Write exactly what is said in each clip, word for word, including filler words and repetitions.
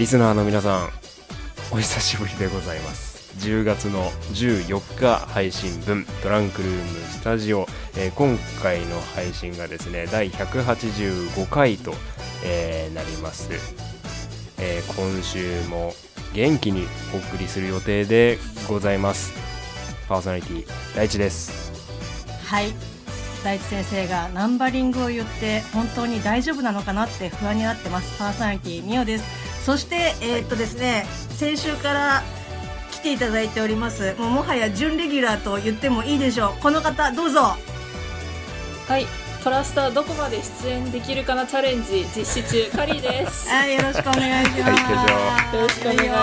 リスナーの皆さん、お久しぶりでございます。じゅうがつのじゅうよっか配信分、トランクルームスタジオ、えー、今回の配信がですねだいひゃくはちじゅうごかいと、えー、なります。えー、今週も元気にお送りする予定でございます。パーソナリティ大地です。 はい、大地先生がナンバリングを言って本当に大丈夫なのかなって不安になってます。パーソナリティみおです。そしてえー、っとですね先週から来ていただいております、もうもはや準レギュラーと言ってもいいでしょう、この方どうぞ。 はい、トラスターどこまで出演できるかなチャレンジ実施中、カリーです。 はい、よろしくお願いします。 はい、 よろしくお願いします。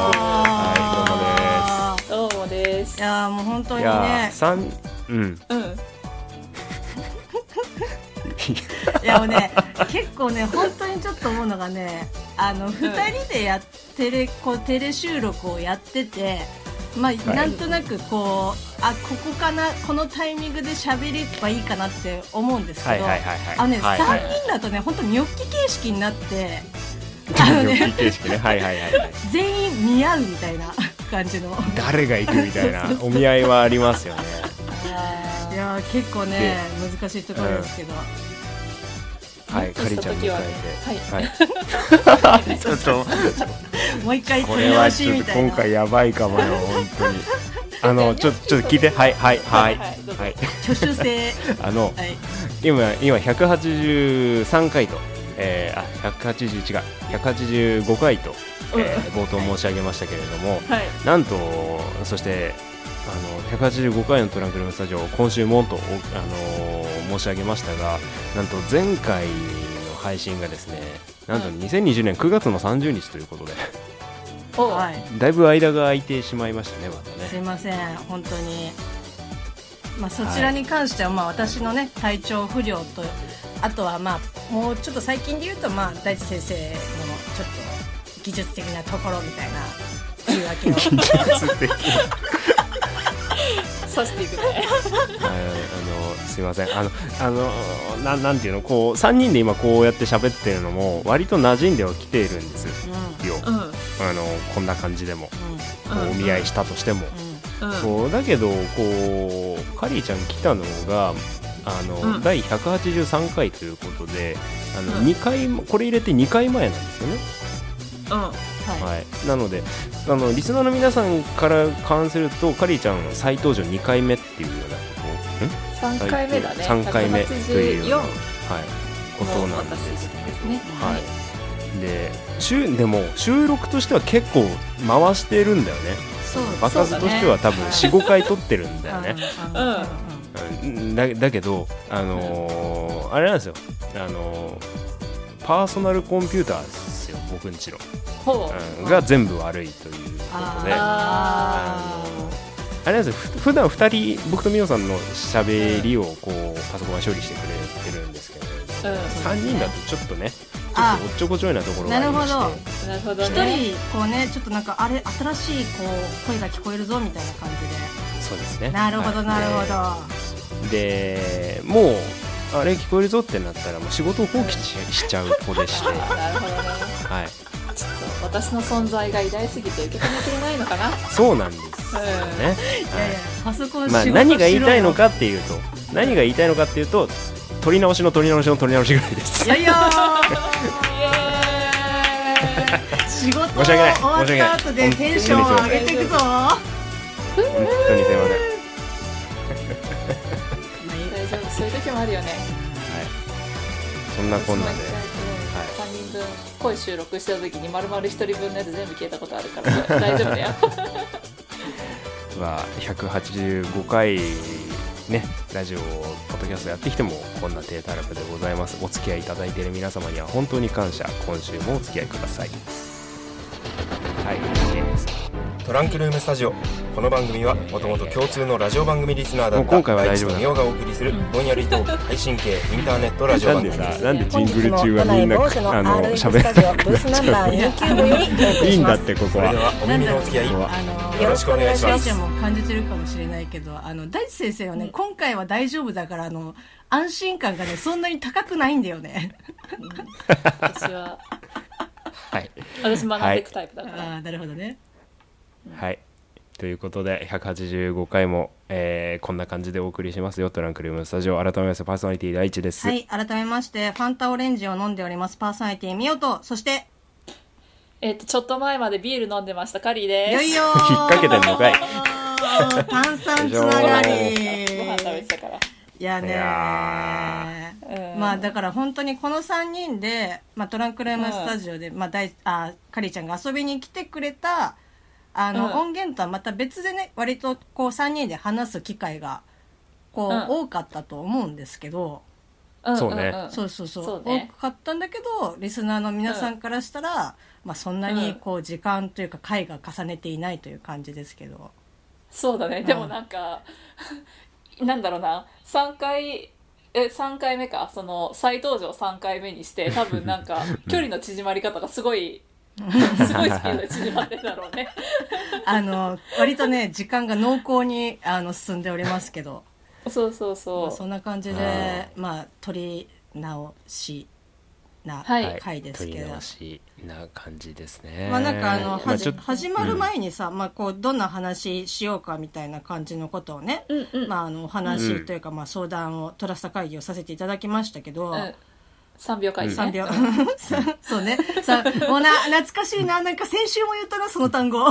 はい、 どうもです。どうもです。 いやもう本当にね、いやさんうんうんいやもうね結構ね本当にちょっと思うのがね、あのふたりでやってるこうテレ収録をやってて、まあ、はい、なんとなくこうあここかなこのタイミングで喋ればいいかなって思うんですけど、あのね、はいはい、さんにんだとね本当にニョッキ形式になってあの、ね、ニョッキ形式ね、はいはいはい、 全員見合うみたいな感じの誰が行くみたいなお見合いはありますよね。 いや結構ね難しいところですけど、 うん、はい、カリちゃん迎えて、 はい、 はい、ちょっともう一回取り直しみたいな。 今回やばいかもよ本当に。あのちょちょっと聞いて、はいはいはいはい。 挙手制。 あの、はい、今今ひゃくはちじゅうさんかいと、えー、あひゃくはちじゅう違うひゃくはちじゅうごかいと、えー、冒頭申し上げましたけれども、はい、なんとそしてあのひゃくはちじゅうごかいのトランクルームスタジオ今週もと、あのー、申し上げましたが、なんと前回の配信がですねなんとにせんにじゅうねんくがつのさんじゅうにちということで、はい、だいぶ間が空いてしまいましたね。またね、 すいません本当に、まあ、そちらに関しては、まあ、私のね体調不良と、あとはまあもうちょっと最近で言うと、まあ、大地先生のちょっと技術的なところみたいな言い訳を技術的させていくね。 あのすいません、あのあの な, なんていうのこうさんにんで今こうやって喋ってるのも割と馴染んではきているんですよ、うん、あのこんな感じでも、うん、お見合いしたとしても、うん、そうだけどこうカリーちゃん来たのがあの、うん、だいひゃくはちじゅうさんかいということで、あの、うん、にかいこれ入れてにかいまえなんですよね。 うん、はいはい、なのであのリスナーの皆さんから関するとカリーちゃん再登場にかいめっていうようなことんさんかいめだね、 さんかいめというような、はい、ことなんですね。 はい、で週でも収録としては結構回してるんだよね。場数としては多分 よん,ご 回撮ってるんだよね。うん、だ, だけど、あのー、あれなんですよ、あのー、パーソナルコンピューターですよ僕んちの、うん、が全部悪いということで、ああれなんですよ、普段ふたり僕とみおさんの喋りをこうパソコンが処理してくれてるんですけど、うん、さんにんだとちょっとねちょっとおっちょこちょいなところがありまして、 なるほどひとりこうねちょっとなんかあれ新しいこう声が聞こえるぞみたいな感じで。 そうですね、 なるほどなるほど、はい、で, でもうあれ聞こえるぞってなったらもう仕事を放棄 し,、うん、しちゃう子でしてなるほどね、はい、 ちょっと私の存在が偉大すぎて受け止めきれないのかな。 そうなんですよね、うん、いやいやパソコン仕事しろよ、 まあ、何が言いたいのかっていうと何が言いたいのかっていうと撮り直しの撮り直しの撮り直しぐらいです。 いやいや仕事終わった後でテンションを上げていくぞ。 本当にすいません。 大丈夫、そういう時もあるよね。はい。 そんなこんなで、はい、 さんにんぶん声収録した時に丸々ひとりぶんのやつ全部消えたことあるから大丈夫だよ。 まあひゃくはちじゅうごかいねラジオポッドキャストやってきてもこんな低たらくでございます。お付き合いいただいている皆様には本当に感謝。今週もお付き合いください。はい、OK です。トランクルームスタジオ、この番組はもともと共通のラジオ番組リスナーだった大地とみおがお送りするぼんやりトーク配信系インターネットラジオ番組です。なんでジングル中はみんなあの喋らなくなっちゃういいんだってここは。それではお耳のお付き合いよろしくお願いします。 大地も感じてるかもしれないけど、あの大地先生はね、うん、今回は大丈夫だからあの安心感がねそんなに高くないんだよね。 うん、私ははい、 私学んでいくタイプだから、 はい、あなるほどね、 はいということでひゃくはちじゅうごかいも、えー、こんな感じでお送りしますよ。トランクルームスタジオ、改めましてパーソナリティ第一です。 はい、改めましてファンタオレンジを飲んでおりますパーソナリティみよと、そしてえっとちょっと前までビール飲んでましたカリーです。よいよー引っ掛けてんのかい炭酸つながりご飯食べてたから。 いやねいやー、まあだから本当にこのさんにんで、まあ、トランクルームスタジオで、うんまあ、だいあカリーちゃんが遊びに来てくれたあの、うん、音源とはまた別でね割とこうさんにんで話す機会がこう、うん、多かったと思うんですけど、 うん、そうねそうそうそう、そうね、多かったんだけどリスナーの皆さんからしたら、うんまあ、そんなにこう時間というか回が重ねていないという感じですけど、 そうだね、うん、でもなんかなんだろうなさんかいえさんかいめかその再登場さんかいめにして多分なんか距離の縮まり方がすごいすごいスピードで縮まってるだろうねあの割とね時間が濃厚にあの進んでおりますけどそうそうそう、 まあ、そんな感じでまあ取り直しな回ですけど、はい、 取り直しな感じですね。 まあなんかあの、まあ、始まる前にさ、うんまあ、こうどんな話しようかみたいな感じのことをね、うんうんまあ、あのお話というか、まあ、相談をトラスタ会議をさせていただきましたけど、うんさんびょう会議ね、 さんびょうそうねさもうな懐かしいな、なんか先週も言ったなその単語、うん、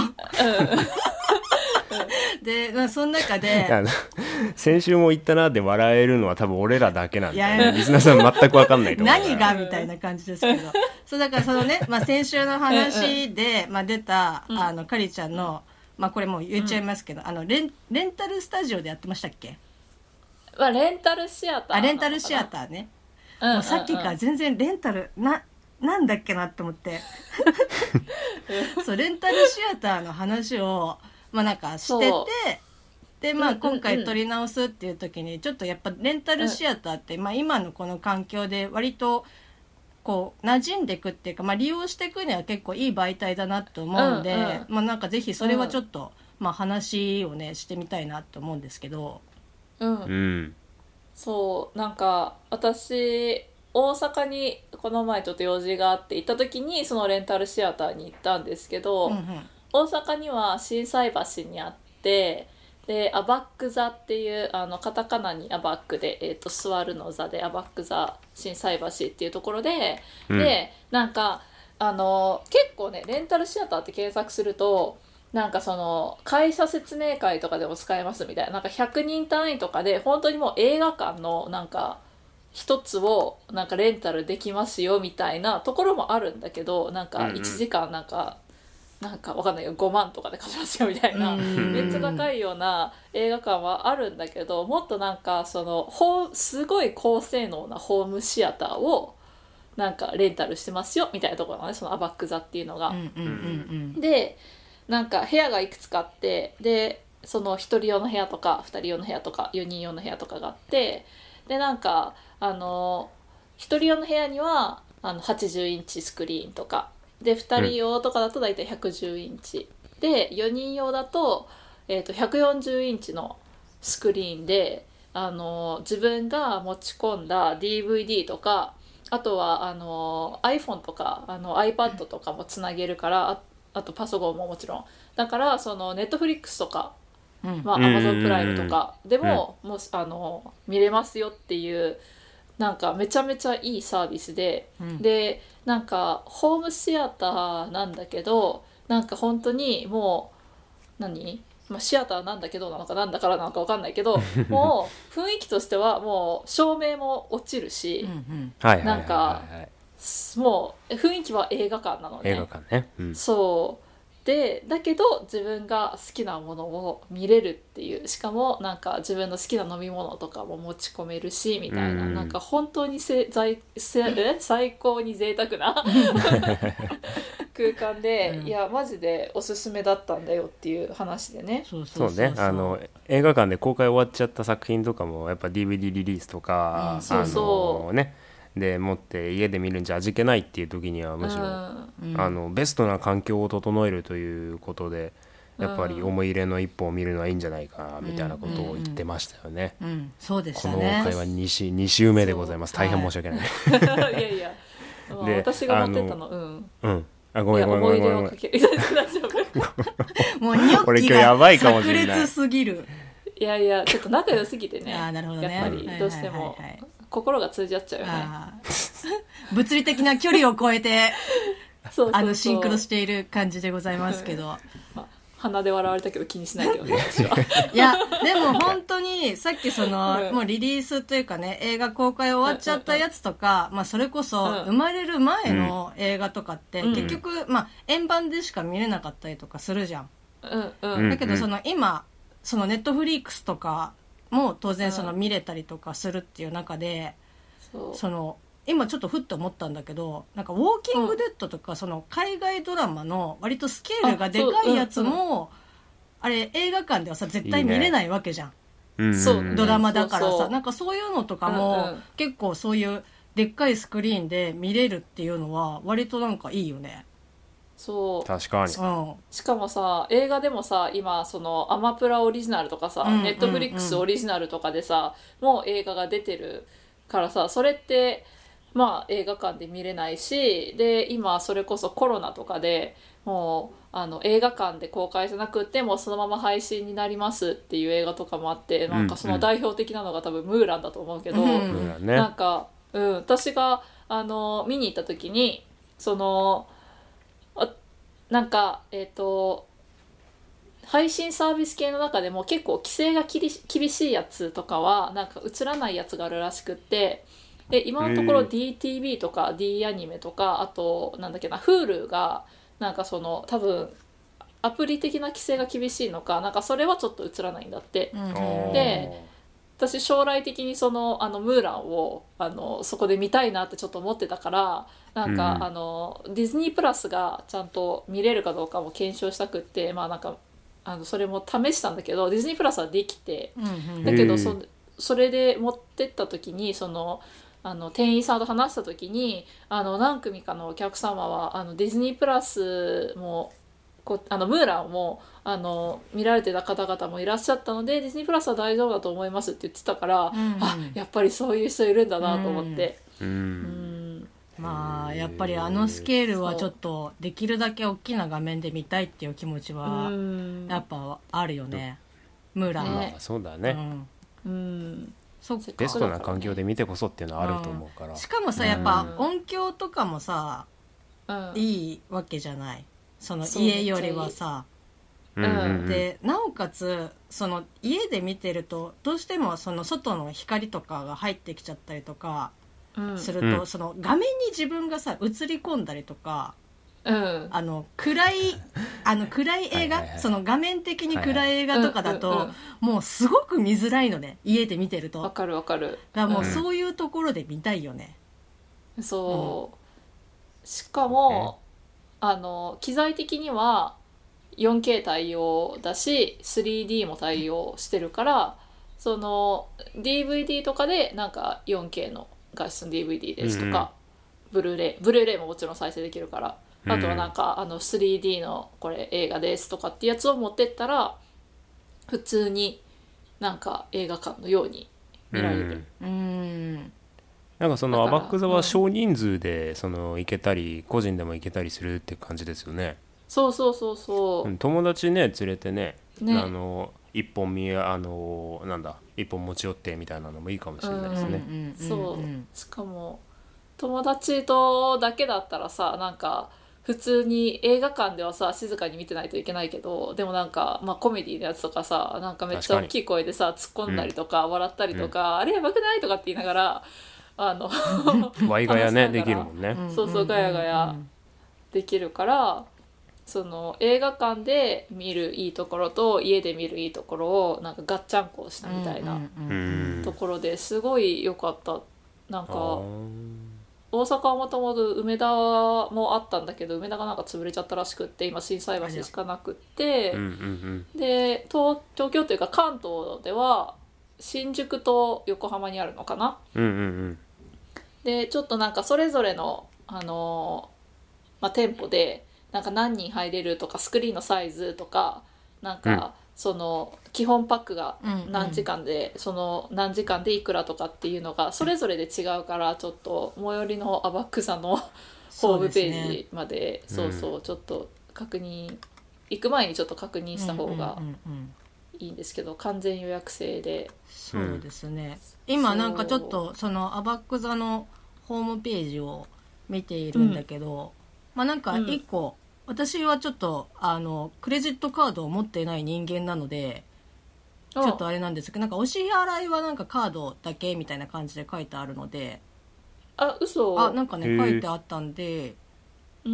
で、まあ、その中であの先週も言ったなで笑えるのは多分俺らだけなんだよね。リスナーさん全く分かんないと思う何がみたいな感じですけどそうだからそのね、まあ、先週の話で、まあ、出た、うん、あのカリちゃんの、まあ、これもう言っちゃいますけど、うん、あのレン、レンタルスタジオでやってましたっけ、 まあ、レンタルシアターあレンタルシアターね、もうさっきから全然レンタルななんだっけなって思ってそうレンタルシアターの話をまあなんかしててでまあ今回撮り直すっていう時にちょっとやっぱレンタルシアターってまあ今のこの環境で割とこう馴染んでいくっていうかまあ利用していくには結構いい媒体だなと思うんで、うんうん、まあなんかぜひそれはちょっとまあ話をねしてみたいなと思うんですけど、 うん、うんそうなんか私大阪にこの前ちょっと用事があって行った時にそのレンタルシアターに行ったんですけど、うんうん、大阪には心斎橋にあってでアバック座っていうあのカタカナにアバックで、えー、と座るの座でアバック座心斎橋っていうところで、うん、でなんかあの結構ねレンタルシアターって検索するとなんかその会社説明会とかでも使えますみたいな、なんかひゃくにん単位とかで本当にもう映画館のなんか一つをなんかレンタルできますよみたいなところもあるんだけど、なんかいちじかんなんか、うんうん、なんかわかんないよごまんとかで貸しますよみたいなめっちゃ高いような映画館はあるんだけど、もっとなんかそのホーすごい高性能なホームシアターをなんかレンタルしてますよみたいなところなのね、そのアバック座っていうのが、うんうんうんうん、でなんか部屋がいくつかあって、でそのひとり用の部屋とかふたり用の部屋とかよにん用の部屋とかがあって、でなんかあのひとり用の部屋にはあのはちじゅうインチスクリーンとかでふたり用とかだと大体ひゃくじゅうインチ、うん、でよにん用だと、えーとひゃくよんじゅうインチのスクリーンであの自分が持ち込んだ ディーブイディー とかあとはあの iPhone とかあの iPad とかもつなげるから、ああとパソコンももちろんだからその Netflix とか、うんまあ、Amazon プライムとかでも、うん、もうあの見れますよっていうなんかめちゃめちゃいいサービスで、うん、でなんかホームシアターなんだけどなんか本当にもう何、まあ、シアターなんだけどなのかなんだからなのか分かんないけどもう雰囲気としてはもう照明も落ちるし、なんかもう雰囲気は映画館なのね。 映画館ね、うん、 そうでだけど自分が好きなものを見れるっていう、しかもなんか自分の好きな飲み物とかも持ち込めるしみたいな、うん、なんか本当にせ在せ最高に贅沢な空間で、うん、いやマジでおすすめだったんだよっていう話でね。 そうそうそうそう、あの映画館で公開終わっちゃった作品とかもやっぱ ディーブイディー リリースとか、うん、そうそうあのねで持って家で見るんじゃ味気ないっていう時にはむしろ、うん、あのベストな環境を整えるということでやっぱり思い入れの一本を見るのはいいんじゃないかみたいなことを言ってましたよね、 うんうんうん、そうでしたね。 この会話 2, 週に週目でございます。大変申し訳ない、 はい、いやいや、まあ、私が持ってったのうん、 うんあ、ごめんごめんごめんごめん。 思い出をかける。大丈夫もうニョッキが炸裂すぎる。 いやいや、ちょっと仲良すぎてね。 あ、なるほどね。 やっぱりどうしても心が通じ合っちゃうよね。 物理的な距離を超えてそうそうそう、 あのシンクロしている感じでございますけど。まあ、鼻で笑われたけど気にしないけどね、私は。 いや、でも本当にさっきその、うん、もうリリースというかね、映画公開終わっちゃったやつとか、うんうん、まあそれこそ生まれる前の映画とかって、うん、結局、まあ円盤でしか見れなかったりとかするじゃん。 うんうん、 だけどその今、そのネットフリックスとかも当然その見れたりとかするっていう中で、うん、その今ちょっとふっと思ったんだけど、なんかウォーキングデッドとか、その海外ドラマの割とスケールがでかいやつも、あれ映画館ではさ絶対見れないわけじゃん。 いいね、 そうドラマだからさ、そうそう、なんかそういうのとかも、うんうん、結構そういうでっかいスクリーンで見れるっていうのは割となんかいいよね。 そう確かに。 しかもさ、映画でもさ、今そのアマプラオリジナルとかさ、ネットフリックスオリジナルとかでさ、もう映画が出てるからさ、それってまあ映画館で見れないし、で今それこそコロナとかでもうあの映画館で公開じゃなくてもうそのまま配信になりますっていう映画とかもあって、なんかその代表的なのが多分ムーランだと思うけど、 うんうん、 なんか、うん、私があの見に行った時にそのなんかえっと配信サービス系の中でも結構規制が厳しいやつとかはなんか映らないやつがあるらしくって、で今のところ ディーティービー とか D アニメとか、あとなんだっけな Hulu がなんかその多分アプリ的な規制が厳しいのか、なんかそれはちょっと映らないんだって、うん、で私将来的にそのあのムーランをあのそこで見たいなってちょっと思ってたから、なんか、うん、あのディズニープラスがちゃんと見れるかどうかも検証したくって、まあなんかあのそれも試したんだけどディズニープラスはできて、うんうん、だけど そ, それで持ってった時にそのあの店員さんと話した時にあの何組かのお客様はあのディズニープラスもこあのムーランもあの見られてた方々もいらっしゃったのでディズニープラスは大丈夫だと思いますって言ってたから、うんうん、あやっぱりそういう人いるんだなと思って、うんうん、 まあやっぱりあのスケールはちょっとできるだけ大きな画面で見たいっていう気持ちはやっぱあるよね、ムーランは、 ね、そうだね、 うんうんベストな環境で見てこそっていうのはあると思うから、 うん、しかもさやっぱ音響とかもさ、うん、いいわけじゃない、その家よりはさ、うん、でなおかつその家で見てるとどうしてもその外の光とかが入ってきちゃったりとかすると、うん、その画面に自分がさ映り込んだりとか、うん、あの暗いあの暗い映画はいはい、はい、その画面的に暗い映画とかだと、はいはい、もうすごく見づらいのね、家で見てると。 わかるわかる。 だからもうそういうところで見たいよね、 うん、そう、うん、しかも、うん、あの機材的には よんケー 対応だし スリーディー も対応してるから、その ディーブイディー とかでなんか よんケー の画質の ディーブイディー ですとか、うん、ブルーレイブルーレイももちろん再生できるから、あとはなんか、うん、あの スリーディー のこれ映画ですとかってやつを持ってったら普通になんか映画館のように見られる、 うん、うんなんかそのアバック座は少人数でその行けたり個人でも行けたりするって感じですよね。 そうそうそうそう、 友達ね連れて ね, ねあの一本見あのなんだ一本持ち寄ってみたいなのもいいかもしれないですね、うんうんうんうん、 そうしかも友達とだけだったらさなんか普通に映画館ではさ静かに見てないといけないけど、でもなんか、まあ、コメディのやつとかさなんかめっちゃ大きい声でさ突っ込んだりとか、うん、笑ったりとか、うん、あれやばくないとかって言いながらあのワイガヤねできるもんね。 そうそうガヤガヤできるから、その映画館で見るいいところと家で見るいいところをなんかガッチャンコしたみたいなところですごい良かった。なんか大阪はもともと梅田もあったんだけど梅田がなんか潰れちゃったらしくって今心斎橋しかなくって、うんうんうん、で 東, 東京というか関東では新宿と横浜にあるのかな、 うんうんうん、 でちょっとなんかそれぞれの、あのーまあ、店舗でなんか何人入れるとかスクリーンのサイズとかなんかその基本パックが何時間で、うんうん、その何時間でいくらとかっていうのがそれぞれで違うから、ちょっと最寄りのアバック座のホームページまで、そうですね、そうそう、ちょっと確認行く前にちょっと確認した方がいいんですけど、うんうんうんうん、完全予約制で。 そうですね、今なんかちょっとそのアバック座のホームページを見ているんだけど、うん、まあなんか一個、うん、私はちょっとあのクレジットカードを持っていない人間なのでちょっとあれなんですけど、なんかお支払いはなんかカードだけみたいな感じで書いてあるので、 あ、嘘。 あ、なんかね書いてあったんで、うん、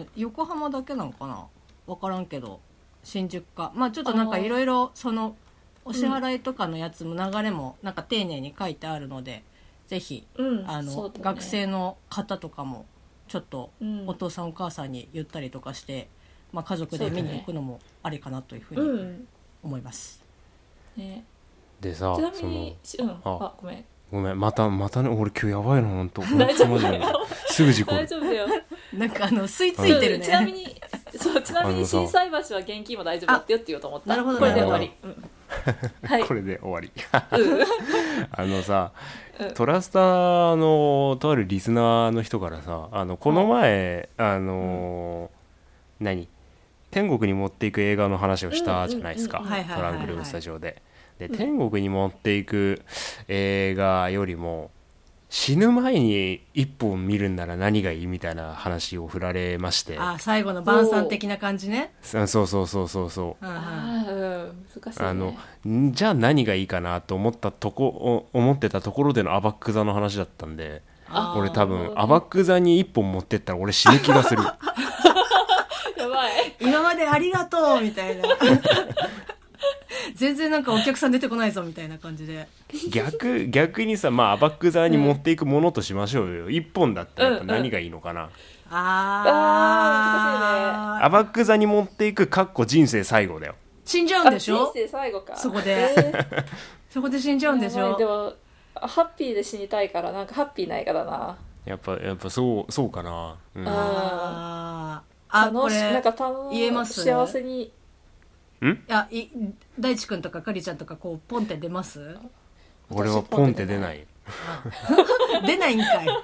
横浜だけなのかな、分からんけど新宿か、まあちょっとなんかいろいろそのお支払いとかのやつも流れもなんか丁寧に書いてあるので、ぜひ、うん、あの、ね、学生の方とかもちょっとお父さんお母さんに言ったりとかして、まあ、家族で見に行くのもありかなというふうに思います、 うんね、 でさ、 ちなみにその、うん、ああごめんごめん、またまたね、俺今日やばいの本当大丈夫だよすぐ事故る。 大丈夫だよ。 なんかあの吸い付いてるね。 ちなみにそうちなみに心斎橋は現金も大丈夫だってよって言おうと思った。 なるほど、 これで終わり、うんはい、これで終わりあのさ、トラスターのとあるリスナーの人からさ、あのこの前、うん、あのー、何天国に持っていく映画の話をしたじゃないですか、トランクルームスタジオで。で、天国に持っていく映画よりも死ぬ前に一本見るんなら何がいいみたいな話を振られまして、 あ、最後の晩餐的な感じね。 そうそうそうそうそう、 あ、うん、難しいね。 あのじゃあ何がいいかなと思ったとこ思ってたところでのアバック座の話だったんで、俺多分アバック座に一本持ってったら俺死ぬ気がするやばい、 今までありがとうみたいな全然なんかお客さん出てこないぞみたいな感じで、 逆逆にさ、まあアバック座に持っていくものとしましょうよ、うん、一本だったらやっぱ何がいいのかな、うんうん、 ああ、難しいね。 アバック座に持っていくかっこ人生最後だよ。 死んじゃうんでしょ。 人生最後か、 そこで、えー、そこで死んじゃうんでしょ。 でもハッピーで死にたいから、なんかハッピーないからな、 やっぱやっぱそうそうかな、うん、 ああ、 楽しなんか楽言えます、 幸せにんいやい大地くんとかかりちゃんとかこうポンって出ます？ 俺はポンって出ない出ないんかい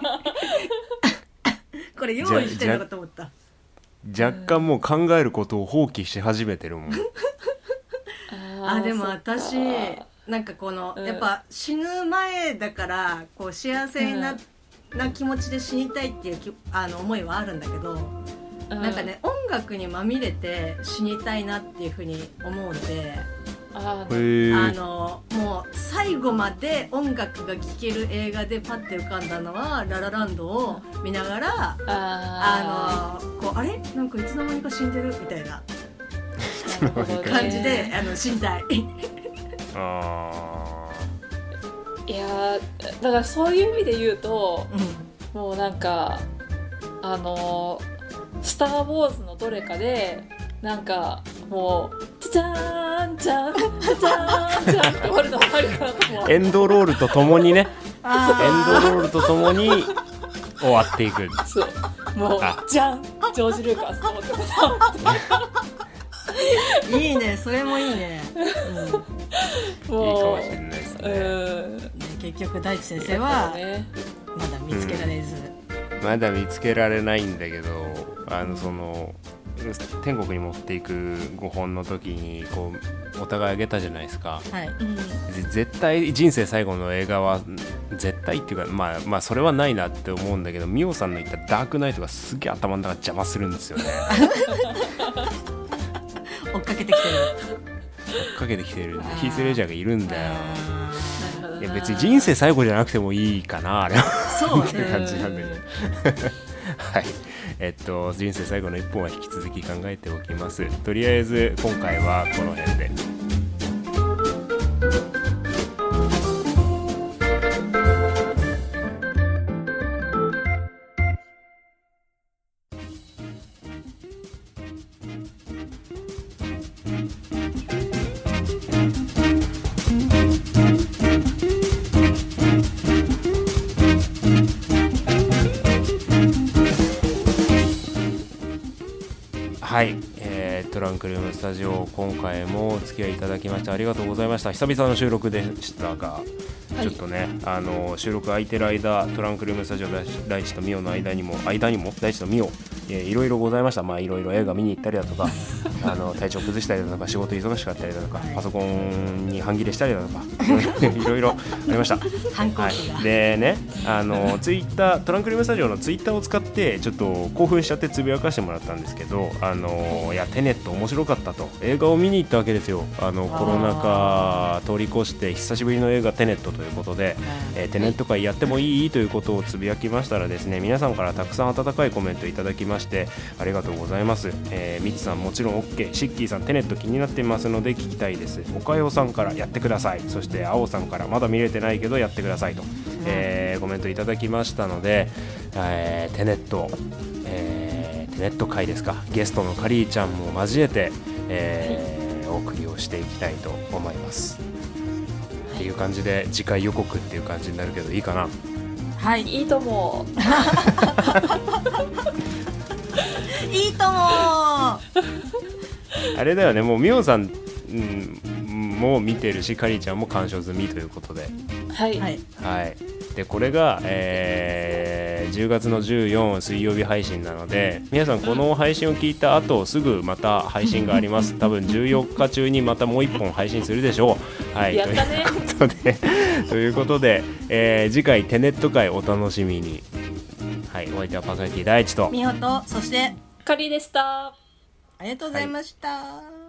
これ用意してるのかと思った。 若干もう考えることを放棄し始めてるもんあ, あでも私なんかこの、うん、やっぱ死ぬ前だからこう幸せな、うん、な気持ちで死にたいっていうあの思いはあるんだけど、うん、なんかね音楽にまみれて死にたいなっていうふうに思うんで、あのもう最後まで音楽が聴ける映画でパッて浮かんだのはララランドを見ながら、うん、あのこうあれなんかいつの間にか死んでるみたいな感じであの死にたいあいやだからそういう意味で言うと、うん、もうなんかあのスター・ウォーズのどれかでなんかもうチャチャーンチャンチャチャーンチャンって終わるのもあるかなと思う。 エンドロールとともにねエンドロールとともに終わっていく。 そうもうジャンジョージ・ルーカスと思ってたいいね、それもいいね、 うん、もういいかもしれないですね。 うんね、結局大地先生はまだ見つけられず、 うん、まだ見つけられないんだけど、あのその天国に持っていくご本の時にこうお互いあげたじゃないですか、 はい、 絶対人生最後の映画は絶対っていうか、まあ、まあそれはないなって思うんだけど、ミオさんの言ったダークナイトがすげえ頭の中邪魔するんですよね追っかけてきてる追っかけてきてるヒース・レジャーがいるんだよ。いや別に人生最後じゃなくてもいいかなあれはそうっていう感じなんではい、えっと人生最後の一本は引き続き考えておきます。とりあえず今回はこの辺で。はい、えー、 トランクルームスタジオ、今回もお付き合いいただきましてありがとうございました。久々の収録でしたが、ちょっとね、はい、あの収録空いてる間、トランクルームスタジオ大地とミオの間にも間にも大地とミオいろいろございました。まあいろいろ映画見に行ったりだとかあの体調崩したりだとか仕事忙しかったりだとかパソコンに半切れしたりだとかいろいろありました。 反抗期が、 はい、でね、あのツイッタートランクルームスタジオのツイッターを使ってちょっと興奮しちゃってつぶやかしてもらったんですけど、あのいやテネット面白かったと、映画を見に行ったわけですよ。あのコロナ禍通り越して久しぶりの映画テネットということで、えー、テネット会やってもいいということをつぶやきましたらですね、皆さんからたくさん温かいコメントいただきましてありがとうございます。えー、みつさんもちろん OK、 シッキーさんテネット気になってますので聞きたいです。おかよさんからやってください、そしてあおさんからまだ見れてないけどやってくださいと、えー、コメントいただきましたので、えー、テネット、えー、テネット会ですか、ゲストのカリーちゃんも交えて、えー、お送りをしていきたいと思います。っていう感じで次回予告っていう感じになるけどいいかな。 はい、いいと思ういいと思うあれだよね、もうミオさん、うん、もう見てるしカリーちゃんも鑑賞済みということで、 はい、はい、 でこれが、えー、じゅうがつのじゅうよっか水曜日配信なので、皆さんこの配信を聞いた後すぐまた配信があります多分じゅうよっか中にまたもういっぽん配信するでしょう。はい、 やったねということでということで、えー、次回テネット会お楽しみに。はい、お相手はパーソナリティ第一とみほと、そしてカリーでした。 ありがとうございました、はい。